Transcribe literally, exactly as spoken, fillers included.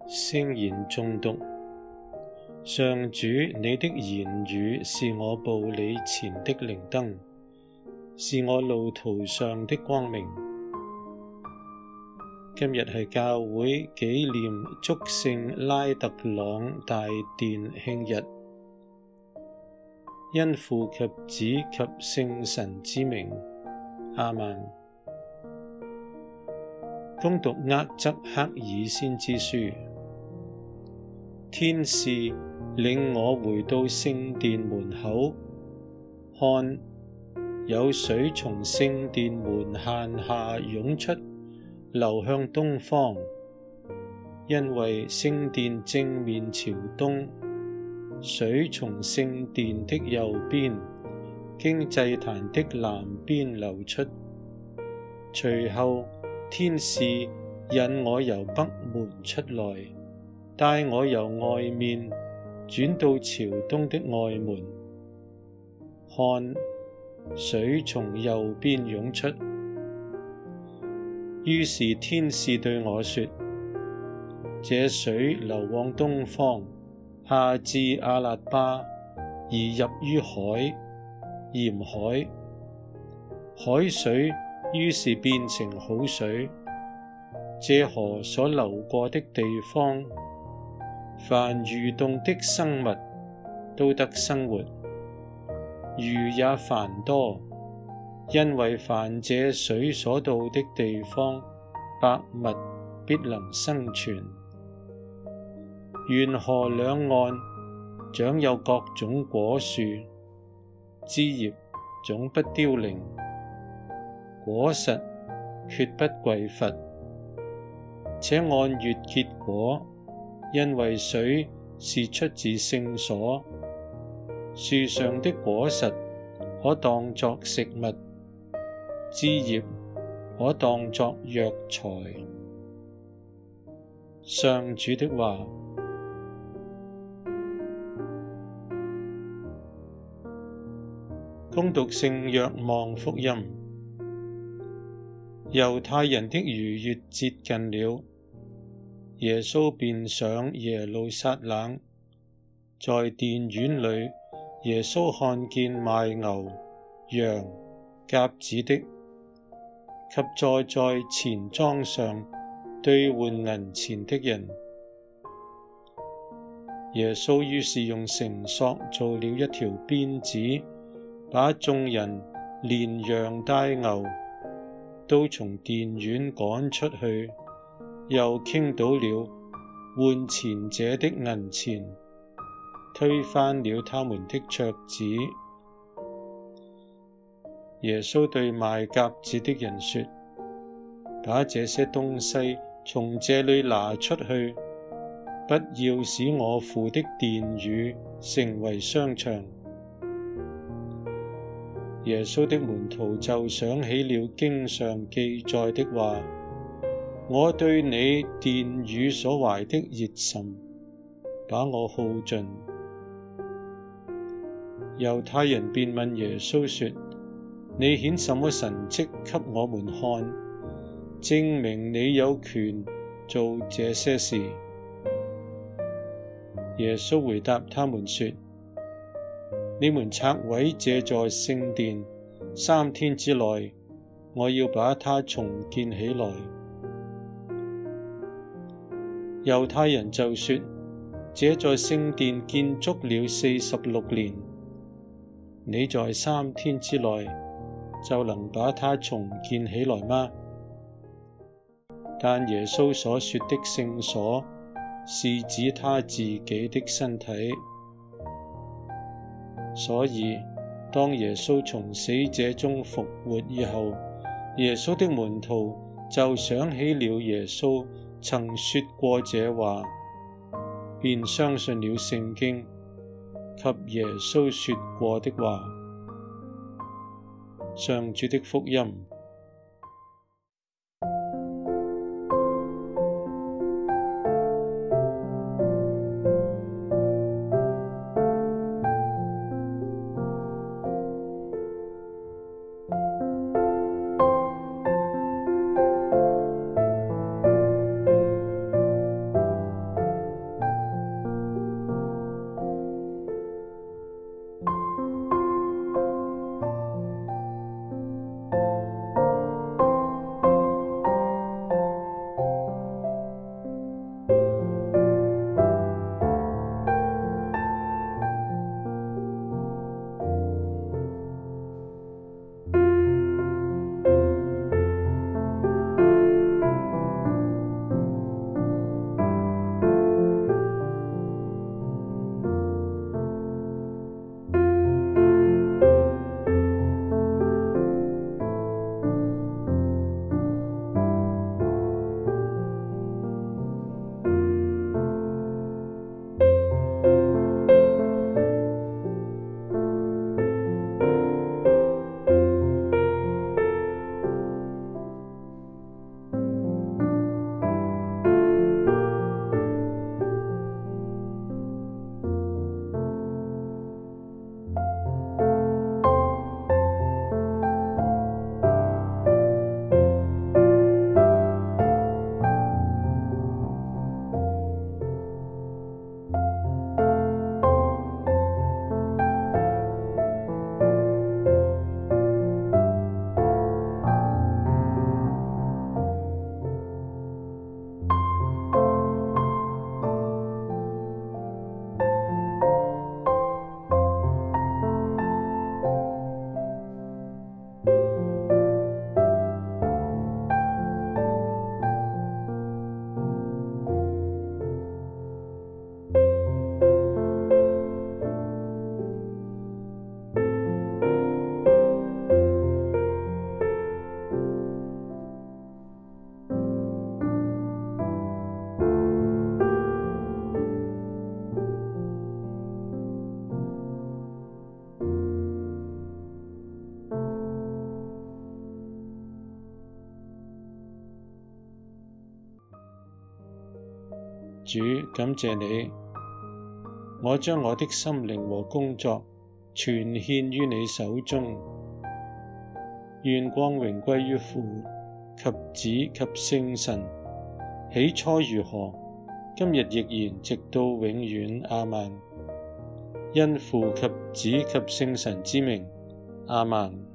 聖言誦讀。上主，你的言語是我步履前的靈燈，是我路途上的光明。今日係教會紀念祝聖拉特朗大殿慶日，因父及子及聖神之名，阿們。恭讀厄則克耳先知書。天使領我回到聖殿門口，看，有水從聖殿門限下湧出，流向東方，因為聖殿正面朝東，水從聖殿的右邊，經祭壇的南邊流出。隨後，天使引我由北門出來，帶我由外面轉到朝東的外門，看，水從右邊湧出。於是天使對我說：這水流往東方，下至阿辣巴，而入於海，鹽海。海水於是變成好水，這河所流過的地方，凡蠕動的生物都得生活，魚也繁多，因為凡這水所到的地方，百物必能生存。沿河兩岸長有各種果樹，枝葉總不凋零，果實決不匱乏，且按月結果，因為水是出自聖所。樹上的果實可當作食物，枝葉可當作藥材。上主的話。恭讀聖若望福音。猶太人的逾越節近了，耶穌便上耶路撒冷，在殿院裏，耶穌看見賣牛、羊、鴿子的，及坐在錢莊上兌換銀錢的人。耶穌於是用繩索做了一條鞭子，把眾人連羊帶牛都從殿院趕出去，又傾倒了換錢者的銀錢，推翻了他們的桌子。耶穌對賣鴿子的人說：把這些東西從這裏拿出去，不要使我父的殿宇成為商場。耶穌的門徒就想起了經上記載的話：我對你殿宇所懷的熱忱，把我耗盡。猶太人便問耶穌說：你顯什麼神蹟給我們看，證明你有權做這些事？耶穌回答他們說：你們拆毀這座聖殿，三天之內，我要把它重建起來。猶太人就說：這座聖殿建築了四十六年，你在三天之內就能把它重建起來嗎？但耶穌所說的聖所，是指他自己的身體。所以，當耶穌從死者中復活以後，耶穌的門徒就想起了耶穌曾說過這話，便相信了聖經及耶穌說過的話。上主的福音。 主，感謝你，我將我的心靈和工作全獻於你手中。願光榮歸於父及子及聖神，起初如何，今日亦然，直到永遠。阿們。因父及子及聖神之名。阿們。